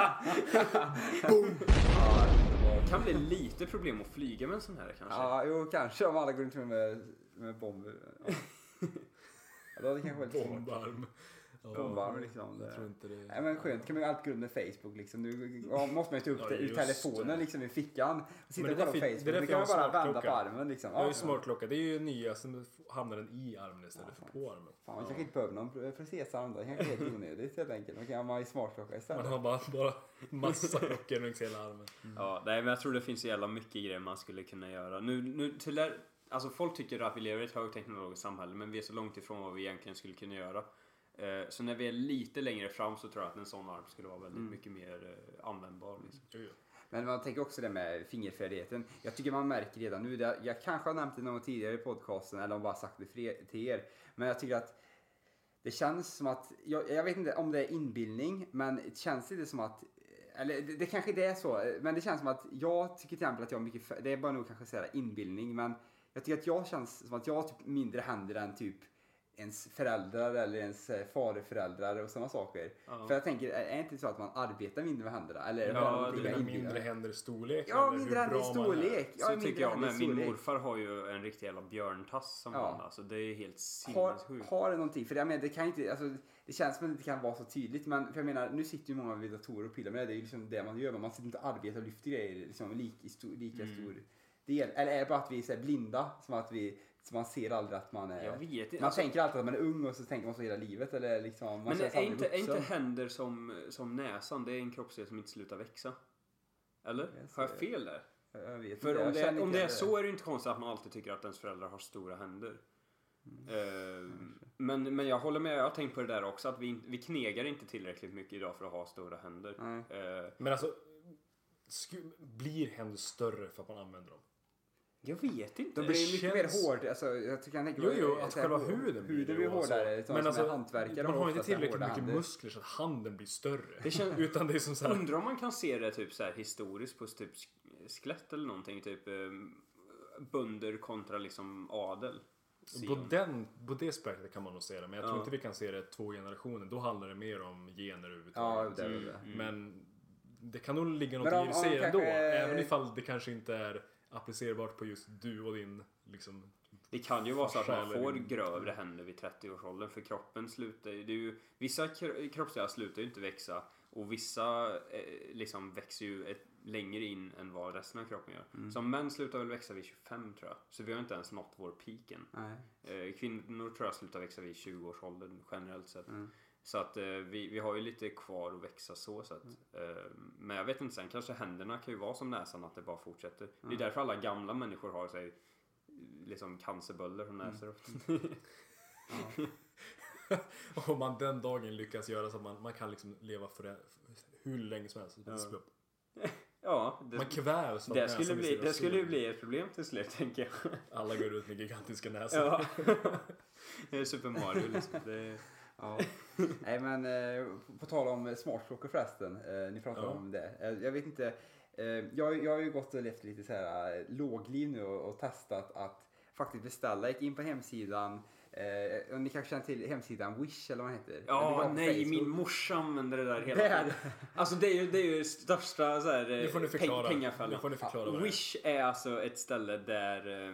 ja, det kan bli lite problem att flyga med en sån här kanske. Ja, jo, kanske om alla går runt med, med bomber. Ja. Ja, då hade det kanske varit svårt. Bombarm. Ja, Bombarm liksom. Jag Det. tror inte det. Nej, men skönt, kan man ju alltid gå runt med Facebook liksom. Nu ja, måste man ju ta upp Ja, det ur just telefonen det. liksom i fickan. Och sitta Men och det kolla på där fin- Facebook. det där Nu får kan man jag bara en vända på smartklocka. armen liksom. Jag har Ja, ju smartklocka, det är ju nya som hamnar den i armen istället för på armen. fan, man kanske inte behöver någon processarm då. Det kanske är helt onödigt helt enkelt. Man kan ha i smartklocka Man istället. har bara, bara massa klockor längs hela armen. Ja, nej, men jag tror det finns så jävla mycket grejer man skulle kunna göra. Nu, nu till där, alltså folk tycker att vi lever i ett högteknologiskt samhälle, men vi är så långt ifrån vad vi egentligen skulle kunna göra. Eh, så när vi är lite längre fram så tror jag att en sån arm skulle vara väldigt Mm. mycket mer eh, användbar. Liksom. Jo, jo. Men man tänker också det med fingerfärdigheten. Jag tycker man märker redan nu, det, jag kanske har nämnt det någon tidigare i podcasten eller om bara sagt det för- till er. Men jag tycker att det känns som att, jag, jag vet inte om det är inbildning, men det känns lite som att, eller det, det kanske inte är så, men det känns som att jag tycker till exempel att jag har mycket, fär- det är bara nog kanske säga inbildning, men jag tycker att jag känns som att jag har typ mindre händer än typ ens föräldrar eller ens farföräldrar och sådana saker. Ja. För jag tänker, är det inte så att man arbetar mindre med händerna? Eller Ja, Det är mindre händer i storlek. Ja, eller mindre hur händer i bra man är. storlek. Ja, Så mindre tycker jag händer i med. Min storlek. morfar har ju en riktig jävla björntass som Ja. han. Alltså, det är helt Har, sinnessjukt. har det någonting? För jag menar, det kan inte, alltså, det känns som att det inte kan vara så tydligt. Men för jag menar, nu sitter ju många vid datorer och pillar med det. Det är ju liksom det man gör. Men man sitter inte och arbetar och lyfter grejer liksom, lik, i stor, lika Mm. stor del. Eller är det bara att vi är så här blinda? Som att vi, så man ser aldrig att man är... Jag vet inte. Man Alltså, tänker alltid att man är ung och så tänker man så hela livet. Eller liksom, man men känns är aldrig inte, är inte vuxen. händer som, som näsan? Det är en kroppsdel som inte slutar växa. Eller? Jag Har jag ser- fel där? Jag vet För inte, om jag det, känner om inte det är det. så är det inte konstigt att man alltid tycker att ens föräldrar har stora händer. Eh, men, men jag håller med, jag har tänkt på det där också. Att vi, in- vi knegar inte tillräckligt mycket idag för att ha stora händer. Nej. Eh, Men alltså, sku- blir händer större för att man använder dem? jag vet inte. De blir mycket känns- mer hård. Alltså, jag tycker jag tänker Jo, på- jo, så att här, själva hår- huden blir huden ju blir också. hårdare. Som Men som alltså, är hantverkare man har inte oftast så här tillräckligt hårda mycket händer. muskler så att handen blir större. Det känns- Utan det är som så här, Undrar om man kan se det typ så här historiskt på typ sk- skelett eller någonting. Typ eh, bönder kontra liksom adel. på, den, på det spektrat kan man nog se det. Men jag tror Ja. inte vi kan se det två generationer. Då handlar det mer om gener Ja, överhuvudtaget. det är väl Mm, det. mm. Men det kan nog ligga något Men om- i det om säger kanske- ändå. Även ifall det kanske inte är applicerbart på just du och din liksom. Det kan ju vara så att man farsa eller får din- grövre händer vid trettio-årsåldern för kroppen slutar ju, det är ju vissa kro- kroppsdelar slutar ju inte växa och vissa eh, liksom växer ju ett, längre in än vad resten av kroppen gör. Mm. Så män slutar väl växa vid tjugofem tror jag. Så vi har inte ens nått vår peak än. Nej. Eh, kvinnor tror jag slutar växa vid tjugo-årsåldern generellt sett. Mm. Så att eh, vi, vi har ju lite kvar att växa så sett. Mm. Eh, men jag vet inte, sen kanske händerna kan ju vara som näsan att det bara fortsätter. Det är Mm. därför alla gamla människor har sig liksom cancerböller som Mm. näsor. Om man den dagen lyckas göra så att man, man kan liksom leva för det, hur länge som helst. Ja. Ja. Ja, det, Man kvävs av det, näsan skulle i bli, sina det skulle ju sår. bli ett problem till slut tänker jag. Alla går ut med gigantiska näsor. Ja. Det är Super Mario liksom. Det, Ja. Nej men eh, på tal om smartklockor förresten, eh, ni pratar Ja. om det. Eh, jag vet inte, eh, jag, jag har ju gått och levt lite så här eh, lågliv nu och, och testat att faktiskt beställa. Jag gick in på hemsidan, eh, och ni kanske känner till hemsidan Wish eller vad den heter? Eller det var ja, på nej, Facebook. min morsa använder det där hela Det är tiden. Alltså det är ju, det är ju största så här, Nu får ni peng- förklara. pengafällan. Nu får ni förklara vad det är. Wish är alltså ett ställe där eh,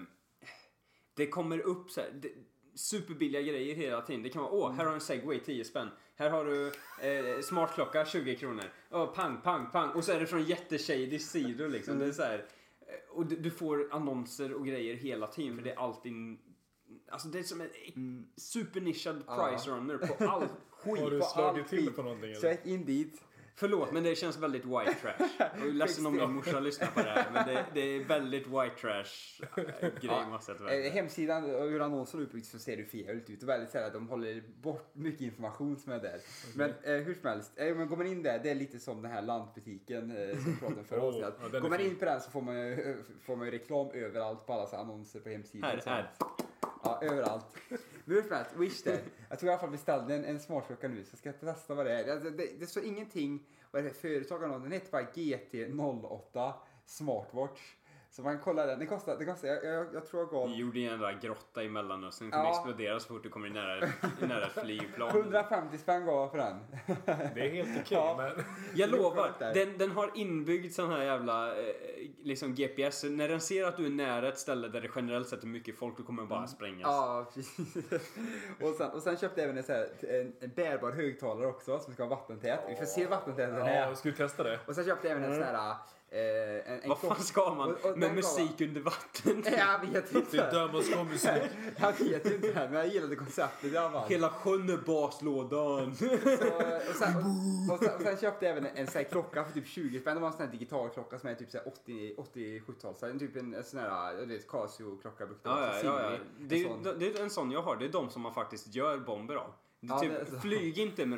det kommer upp så här, det, superbilliga grejer hela tiden. Det kan vara, åh, här har du en Segway, tio spänn. Här har du eh, smartklocka, tjugo kronor. Åh, pang, pang, pang. Och så är det från jätteshady sidor liksom. Det är så här, eh, och du, du får annonser och grejer hela tiden för det är alltid, alltså det är som en Mm. supernischad Ja. price runner på all skit. Har du på slagit all till skit. på någonting? Så Eller? jag gick in dit. Förlåt, men det känns väldigt white trash. Jag är ledsen om min morsa lyssnar på det här, men det, det är väldigt white trash äh, grej måste jag Eh, tyvärr. hemsidan och hur annonsen är uppbyggd så ser det fel ut och väldigt så här att de håller bort mycket information som är där. Men eh, hur som helst, eh, men går man in där, det är lite som den här lantbutiken eh, som vi pratade om förra Åh, avsnittet. ja, den är Går man fin. in på den så får man ju, får man ju reklam överallt på alla så här annonser på hemsidan. Här, och här. sånt. Ja, överallt. Men hur som helst, Wish där. Jag tror i alla fall beställde en, en smartklocka nu så ska jag testa vad det är. Alltså, det, det står ingenting vad är det för företag har någon. Den heter bara G T noll åtta Smartwatch. Så man kan kolla den. Det kostar, det kostar jag, jag, jag tror jag gav Vi gjorde ju en där grotta i Mellanöstern. Den kommer Ja. explodera så fort du kommer nära, nära ett flygplan. hundrafemtio spänn gav jag för den. Det är helt okej, Ja. men Jag lovar, Där. den, den har inbyggd sån här jävla eh, liksom G P S. När den ser att du är nära ett ställe där det generellt sett är mycket folk, då kommer den bara sprängas. Ja, precis. och, sen, och sen köpte jag även en, så här, en, en bärbar högtalare också som ska vara vattentät. Vi får se hur vattentät den ja, är. ska vi testa det? Och sen köpte jag även en sån här... Eh, en, en Vad fan klock- ska man och- och med den musik under vatten? Jag vet Det är inte. dömoskommusik. Jag vet inte, men jag gillade konceptet i alla fall. Hela sjön är baslådan. Så, och, sen, och, och, sen, och sen köpte jag även en, en sån här klocka för typ tjugo spänn. Det var en sån här digital klocka som är typ så här åttio sjuttio-tal. Så en typ en, en sån här, jag vet, Casio-klocka brukar Ja, vara. ja, så ja, ja. silvrig. Det, En sån. är, det är en sån jag har. Det är de som man faktiskt gör bomber av. Det är Ja, typ, det är så. flyg inte med dem.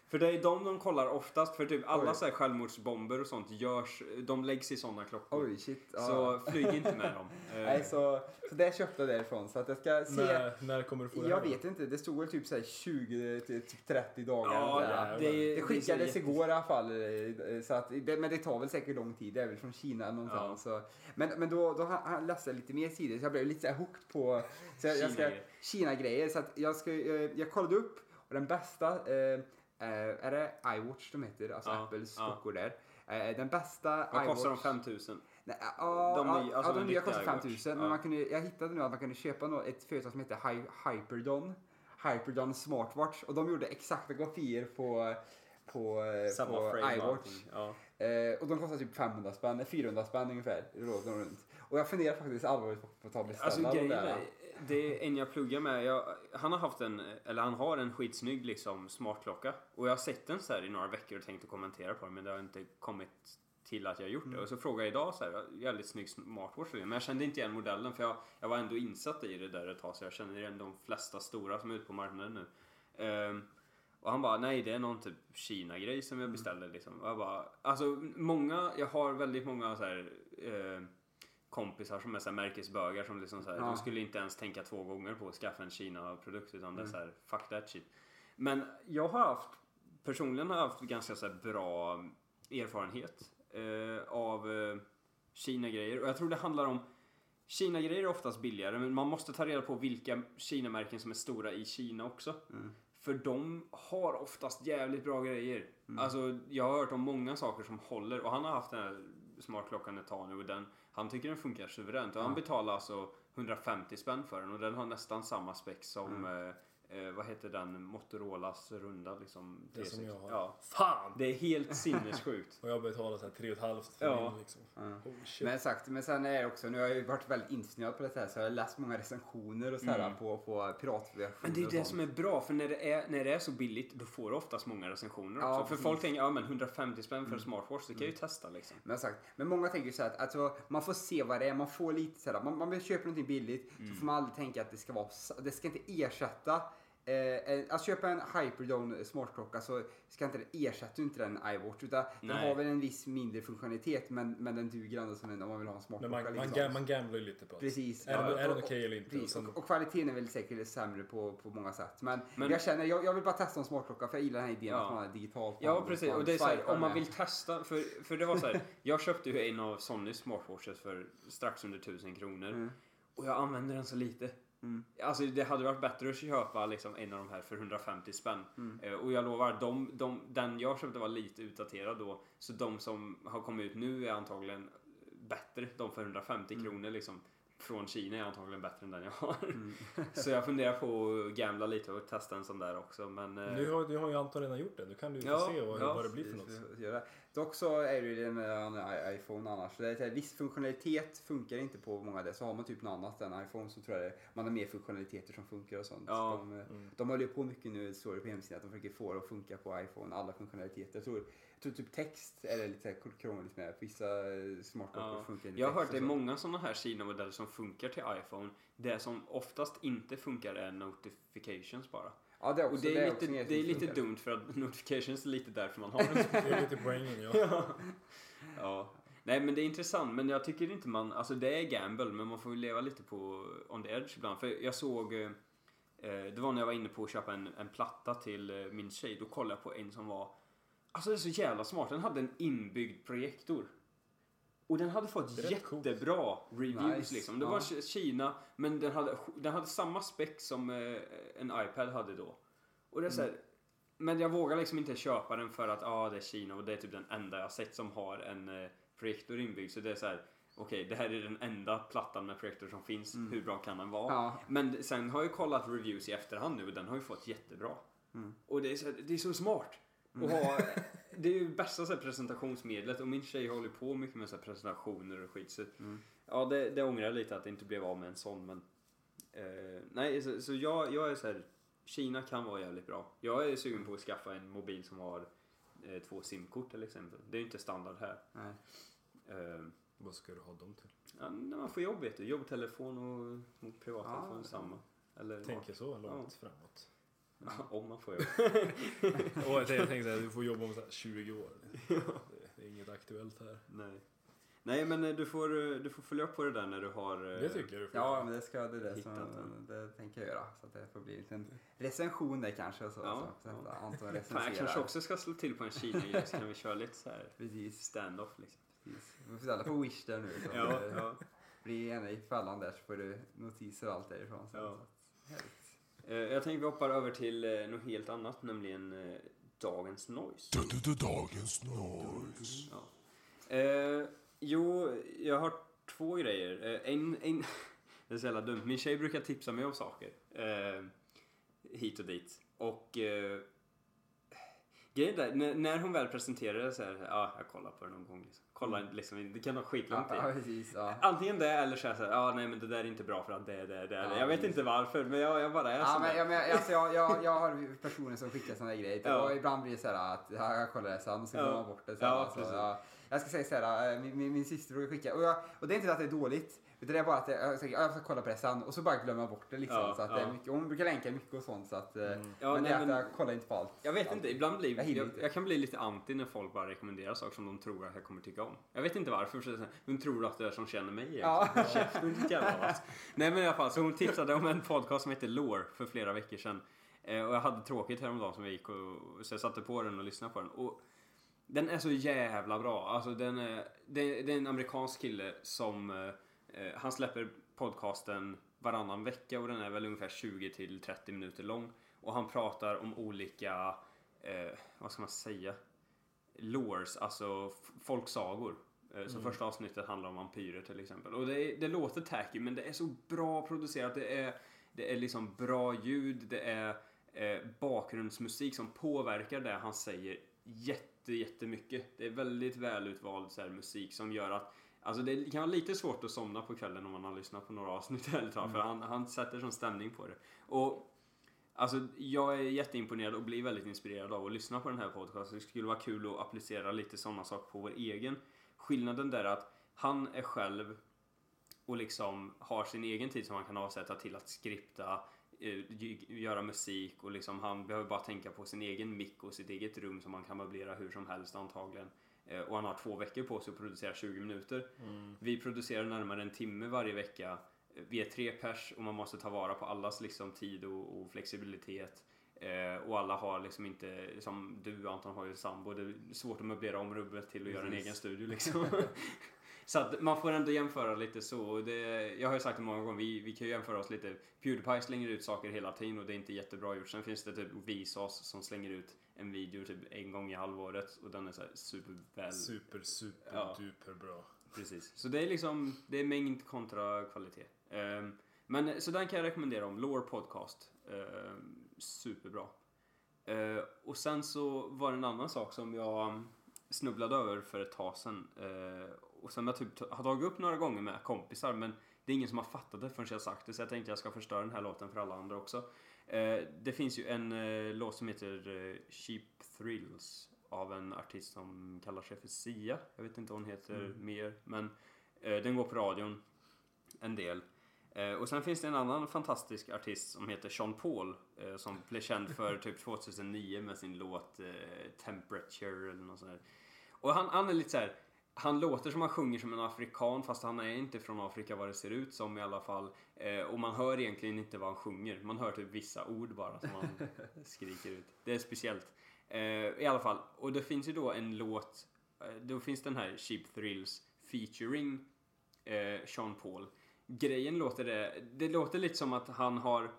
För det är de de kollar oftast. För typ alla Oj. så här självmordsbomber och sånt görs, de läggs i sådana klockor. Oj, shit. Ja. Så flyg inte med dem. Eh, Nej, så, så det köpte jag därifrån. Så att jag ska se. När, när kommer du få det Jag här då? vet inte. Det stod väl typ så här tjugo till typ trettio dagar. Ja, eller jävlar. det, det, det skickades det är så igår i alla fall. eh, Så att, det, men det tar väl säkert lång tid. Det är väl från Kina någonstans. Så. Men, men då, då har han läst lite mer sidor. Så jag blev lite så här hooked på så jag, jag ska, Kina-grejer. Kina-grejer. Så att jag, ska, jag, jag kollade upp. Och den bästa, eh, eh, är det iWatch de heter? Alltså Ja, Apples ja. klockor där. Eh, den bästa Vad iWatch. kostar de? fem tusen? Nej, ja, De ja, nya- alltså ja, de den nya riktiga kostar fem iWatch. tusen. Ja. Men man kunde, jag hittade nu att man kunde köpa nå- ett företag som heter Hy- Hyperdon. Hyperdon Smartwatch. Och de gjorde exakta kopior på, på, eh, Samma på frame och iWatch. allting. Ja. Eh, och de kostar typ femhundra spänn, fyrahundra spänn ungefär. Råder de runt. Och jag funderar faktiskt allvarligt på, på att ta och beställa Alltså de grejen där. är, det är en jag pluggar med. Jag, han har haft en, eller han har en skitsnygg liksom smartklocka. Och jag har sett den så här i några veckor och tänkt att kommentera på den. Men det har inte kommit till att jag har gjort det. Mm. Och så frågade jag idag så här, jävligt snygg smartwatch. Men jag kände inte igen modellen för jag, jag var ändå insatt i det där ett tag. Så jag känner igen de flesta stora som är ute på marknaden nu. Ehm, och han bara, nej det är någon typ Kina-grej som jag beställde liksom. Och jag bara, alltså många, jag har väldigt många så här eh, kompisar som är så här märkesbögar som liksom så här, Ja. de skulle inte ens tänka två gånger på att skaffa en Kina-produkt utan det är så här, fuck that shit. Men jag har haft, personligen har jag haft ganska så här bra erfarenhet eh, av eh, Kina-grejer. Och jag tror det handlar om, Kina-grejer är oftast billigare men man måste ta reda på vilka Kina-märken som är stora i Kina också. Mm. För de har oftast jävligt bra grejer. Mm. Alltså jag har hört om många saker som håller och han har haft den här smartklockan ett tag nu och den, han tycker den funkar suveränt och han Ja. betalar alltså hundrafemtio spänn för den och den har nästan samma spec som Mm. eh, eh, vad heter den, Motorolas runda liksom. Det som jag har. Ja. Fan! Det är helt sinnessjukt. Och jag betalar så här tre och ett halvt för Ja. min liksom. Ja. Oh shit. Men exakt, men sen är det också, nu har jag ju varit väldigt insnöad på det här så jag har läst många recensioner och så här Mm. på, på piratversioner. Men det är och det sånt. som är bra, för när det är, när det är så billigt då får du oftast många recensioner Ja, också. För precis. folk tänker, ja men hundrafemtio spänn för en Mm. smartwatch, det kan jag ju testa liksom. Men exakt. Men många tänker så här att alltså, man får se vad det är, man får lite så här, man, man vill köpa någonting billigt Mm. så får man aldrig tänka att det ska vara, s- det ska inte ersätta Eh, en- att köpa en Hyperdone smartklocka så ska inte det ersätta ju inte den iWatch utan den Nej. har väl en viss mindre funktionalitet men, men den duger ändå som en, om man vill ha en Men smartklocka. man, man, liksom. gam, man gamblar ju lite på det. Precis. Är, det, Ja, är den och- okej eller inte? Och Precis. sen, Och, och kvaliteten är väl säkert sämre på, på många sätt. Men, Men- jag känner, jag, jag vill bara testa en smartklocka för jag gillar den här idén Ja. att man har digitalt. Ja precis, och det är så här, swipar om man med. vill testa, för, för det var så här, jag köpte ju en av Sonys smartwatches för strax under tusen kronor Mm. och jag använder den så lite. Mm. Alltså det hade varit bättre att köpa liksom en av de här för hundrafemtio spänn. Mm. Eh, och jag lovar, de, de, den jag köpte var lite utdaterad då. Så de som har kommit ut nu är antagligen bättre. De för hundrafemtio Mm. kronor liksom från Kina är antagligen bättre än den jag har. Mm. Så jag funderar på att gambla lite och testa en sån där också. Men, eh, nu, har, nu har ju Anton redan gjort det. Nu kan du ju få Ja, se vad, ja. vad det blir för något. Det- göra. Dock så är det ju det med en iPhone annars. Så det är så här, viss funktionalitet funkar inte på många av det. Så har man typ något annat än iPhone så tror jag det, man har mer funktionaliteter som funkar och sånt. Ja. De, Mm. de håller ju på mycket nu, står det på hemsidan, att de försöker få det att funka på iPhone, alla funktionaliteter. Jag tror, jag tror typ text är det lite så här krångligt med. Vissa eh, smartklockor Ja. funkar inte Jag har text hört det är och så. många såna här Kina-modeller som funkar till iPhone. Det som oftast inte funkar är notifications bara. Ja, det är också, Och det är, också en grej lite, som det är lite funkar. dumt för att notifications är lite därför man har dem. Det är lite poängen, ja. Ja. Nej men det är intressant men jag tycker inte man, alltså det är gamble men man får ju leva lite på on the edge ibland. För jag såg, eh, det var när jag var inne på att köpa en, en platta till eh, min tjej, då kollade jag på en som var, alltså det är så jävla smart, den hade en inbyggd projektor. Och den hade fått Det är rätt coolt. jättebra reviews Nice. liksom. Det Ja. var Ki- Kina men den hade, den hade samma spec som eh, en iPad hade då. Och det är så här, men jag vågar liksom inte köpa den för att ah, det är Kina och det är typ den enda jag har sett som har en eh, projektor inbyggd. Så det är så här, okej, det här är den enda plattan med projektor som finns. Mm. Hur bra kan den vara? Ja. Men sen har jag kollat reviews i efterhand nu och den har ju fått jättebra. Mm. Och det är så, det är så smart. Och ha, det är ju bästa så här, presentationsmedlet och min tjej håller på mycket med så här, presentationer och skit. Så, Mm. ja, det, det ångrar jag lite att det inte blev av med en sån. Men, eh, nej, så, så jag, jag är så här, Kina kan vara jävligt bra. Jag är sugen på att skaffa en mobil som har eh, två simkort till exempel. Det är ju inte standard här. Nej. Eh, Vad ska du ha dem till? ja, när man får jobb vet du. Jobbtelefon och, och privattelefon Ja, är samma. Eller, Tänker så långt Ja. framåt. Om man får jobba. Och jag tänkte såhär, du får jobba om så här tjugo år. Det, det är inget aktuellt här. Nej. Nej, men du får, du får följa upp på det där när du har... Det tycker jag du får. Ja, men det ska det, det, som, den. det tänker jag göra. Så att det får bli en liten recension där kanske. Och så, Ja, så, så ja. att Anton Fan, recenserar. jag kanske också ska slå till på en Kina så kan vi köra lite så här Precis. stand-off liksom. Precis. Vi får ställa på Wish där nu. Så Ja, det ja. blir gärna i fällan där så får du notiser och allt därifrån. Så, Ja. så, härligt. Eh, Jag tänker vi hoppar över till eh, något helt annat, nämligen eh, dagens noise. Dagens noise. Ja. Eh, jo, jag har två grejer. Eh, en, en, det är så jävla dumt. Min tjej brukar tipsa mig om saker. Eh, hit och dit. Och eh, grejen där, när, när hon väl presenterar det så här, ja, jag kollar på det någon gång. Liksom. Kolla, liksom, det kan ta skitlång tid. Ja, precis. Ja. Antingen det eller så här, ja, nej men det där är inte bra för att det är det, det, är det. Ja, Jag vet precis. inte varför, men jag, jag bara är Ja, sån men, där. ja, men, alltså, jag, jag, jag har personer som skickar såna här grejer. Ja. Och ibland blir det så här att ja, jag kollar det sen och så Ja. går man bort det. Så här, Ja, alltså, precis. ja. Jag ska säga så här, min, min, min syster brukar skicka. Och, jag, och det är inte att det är dåligt. Utan det är bara att jag, jag, jag ska kolla på det sen och så bara glömma bort det liksom. Ja, så att ja. det är mycket, och hon brukar länka mycket och sånt. Så att, mm. Ja, men nej, det är att men- jag kollar inte på allt. Jag vet allt. inte, ibland blir Jag jag, hinner jag, inte. jag kan bli lite anti när folk bara rekommenderar saker som de tror att jag kommer tycka om. Jag vet inte varför, för hon tror att det är som känner mig egentligen. Ja. Käften ditt jävla vass. Nej men i alla fall, så hon tipsade om en podcast som heter Lore för flera veckor sedan. Eh, och jag hade tråkigt häromdagen som jag gick och, så jag satte på den och lyssnade på den. Och den är så jävla bra. Alltså den är, det, det är en amerikansk kille som, eh, han släpper podcasten varannan vecka och den är väl ungefär tjugo till trettio minuter lång. Och han pratar om olika, eh, vad ska man säga, lores, alltså f- folksagor. Eh, så första avsnittet handlar om vampyrer till exempel. Och det, är, det låter tacky men det är så bra producerat. Det är, det är liksom bra ljud, det är eh, bakgrundsmusik som påverkar det han säger jätte, jättemycket. Det är väldigt välutvald så här, musik som gör att alltså det kan vara lite svårt att somna på kvällen om man har lyssnat på några avsnitt eller mm. för han, han sätter sån stämning på det. Och alltså jag är jätteimponerad och blir väldigt inspirerad av att lyssna på den här podcasten. Det skulle vara kul att applicera lite sådana saker på vår egen. Skillnaden där är att han är själv och liksom har sin egen tid som han kan avsätta till att skripta, göra musik och liksom han behöver bara tänka på sin egen mick och sitt eget rum som man kan möblera hur som helst antagligen. Och han har två veckor på sig att producera tjugo minuter. Mm. Vi producerar närmare en timme varje vecka. Vi är tre pers och man måste ta vara på allas liksom tid och, och flexibilitet. Eh, och alla har liksom inte, som du Anton har ju sambo, det är svårt att möblera om rummet till att göra en egen studio liksom. Så att man får ändå jämföra lite så. Det, jag har ju sagt det många gånger, vi, vi kan ju jämföra oss lite. PewDiePie slänger ut saker hela tiden och det är inte jättebra gjort. Sen finns det typ Vsauce som slänger ut en video typ en gång i halvåret och den är så här superväl. Super, super, Ja. duper bra. Precis. Så det är liksom, det är mängd kontra kvalitet. Um, men så den kan jag rekommendera om, Lore Podcast. Um, superbra. Uh, och sen så var det en annan sak som jag snubblade över för ett tag sedan. Uh, och som jag typ har tagit upp några gånger med kompisar, men det är ingen som har fattat det förrän jag har sagt det. Så jag tänkte jag ska förstöra den här låten för alla andra också. Uh, det finns ju en uh, låt som heter uh, Cheap Thrills av en artist som kallar sig för Sia. Jag vet inte vad hon heter mm. mer, men eh, den går på radion en del. Eh, och sen finns det en annan fantastisk artist som heter Sean Paul eh, som blev känd för typ tjugohundranio med sin låt eh, Temperature eller något sånt där. Och han, han är lite så här, han låter som han sjunger som en afrikan fast han är inte från Afrika vad det ser ut som i alla fall. Eh, och man hör egentligen inte vad han sjunger. Man hör typ vissa ord bara som han skriker ut. Det är speciellt. Uh, I alla fall, och det finns ju då en låt, uh, då finns den här Cheap Thrills featuring uh, Sean Paul. Grejen låter det, det låter lite som att han har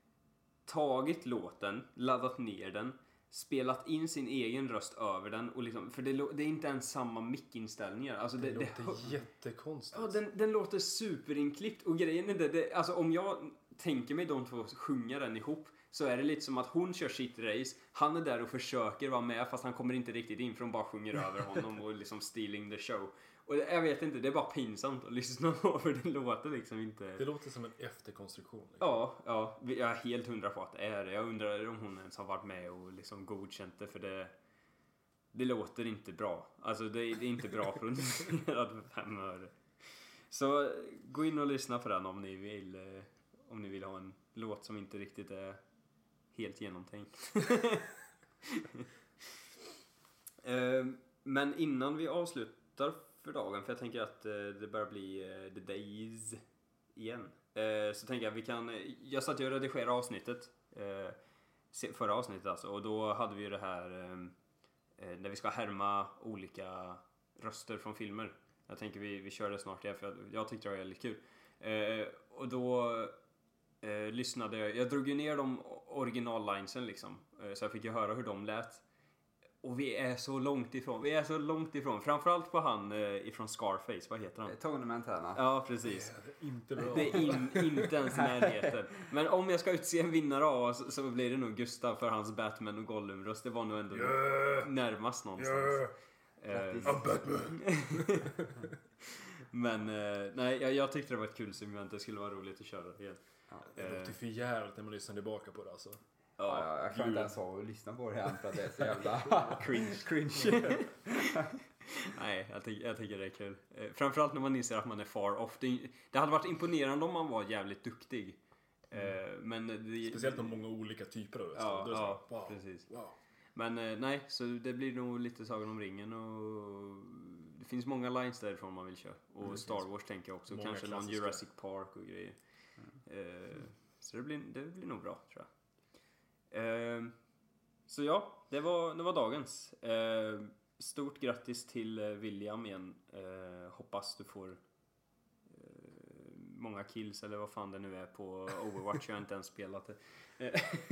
tagit låten, laddat ner den, spelat in sin egen röst över den och liksom, för det, det är inte ens samma mic-inställningar. Alltså Det, det, låter det, jättekonstigt. Ja, den, den låter superinklippt och grejen är det, det, alltså om jag tänker mig de två sjunga den ihop så är det lite som att hon kör sitt race, han är där och försöker vara med fast han kommer inte riktigt in för hon bara sjunger över honom och liksom stealing the show. Och jag vet inte, det är bara pinsamt att lyssna på för det låter liksom inte... Det låter som en efterkonstruktion. Liksom. Ja, ja, jag är helt hundra på att det är det. Jag undrar om hon ens har varit med och liksom godkänt det för det... Det låter inte bra. Alltså det, det är inte bra producerat för fem öre. Så gå in och lyssna på den om ni vill, om ni vill ha en låt som inte riktigt är helt genomtänkt. uh, men innan vi avslutar för dagen, för jag tänker att uh, det börjar bli uh, the days igen. Uh, så tänker jag vi kan, uh, jag satt ju och redigerade avsnittet, uh, förra avsnittet alltså, och då hade vi ju det här um, uh, där vi ska härma olika röster från filmer. Jag tänker vi, vi kör det snart igen, för jag, jag tyckte det var väldigt kul. Uh, och då uh, lyssnade jag, jag drog ju ner de originallinesen liksom, uh, så jag fick ju höra hur de lät. Och vi är så långt ifrån. Vi är så långt ifrån. Framförallt på han eh, ifrån Scarface. Vad heter han? Tony Montana. Ja, precis. Det är inte bra. Det är in, inte ens i närheten. Men om jag ska utse en vinnare av oss så blir det nog Gustav för hans Batman och Gollum-röst. Det var nog ändå Yeah. närmast någonstans. Yeah. Eh, I'm Batman. Men eh, nej, jag, jag tyckte det var ett kul segment. Det skulle vara roligt att köra igen. Ja. Det låter för jävligt när man lyssnar tillbaka på det alltså. Ja, ja, jag kan inte ens ha och lyssna på det här för att det är så jävla Cringe. cringe. Nej, jag, ty- jag tycker det är kul. Eh, framförallt när man inser att man är far off. Det, det hade varit imponerande om man var jävligt duktig. Eh, men det, Speciellt med många olika typer av röster. Ja, Då är det ja, så här, wow, precis. wow. Men eh, nej, så det blir nog lite Sagan om ringen och det finns många lines därifrån man vill köra. Och Mm, Star Wars tänker jag också. många Kanske någon klassiska. Jurassic Park och grejer. Eh, så det blir, det blir nog bra, tror jag. Eh, så ja, det var, det var dagens. Eh, stort grattis till eh, William igen. Eh, hoppas du får eh, många kills eller vad fan det nu är på Overwatch. Jag har inte ens spelat det.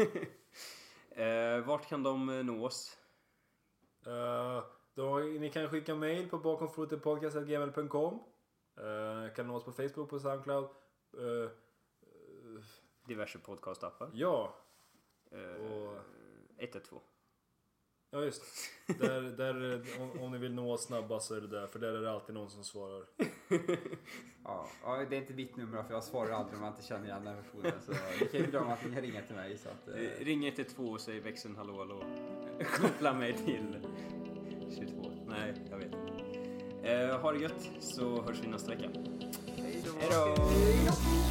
Eh, vart kan de eh, nå oss? Uh, då, ni kan skicka mail på bakomfotopodcast at gmail punkt com. Uh, kan nå oss på Facebook, på Soundcloud. Uh, Diverse podcastappar. ja, Eh, och- ett ett två. ja just det. Där, där, om, om ni vill nå oss snabbast så är det där. För där är det alltid någon som svarar. Ja, ja, det är inte mitt nummer för jag svarar aldrig om jag inte känner igen den personen. Så ni kan ju glömma att ni kan ringa till mig. Så att, eh, Eh, ring ett ett två och säg växeln hallå hallå. Koppla mig till tjugotvå. Nej, jag vet inte. Eh, ha det gött så hörs vi nästa vecka. hej då. Hej då!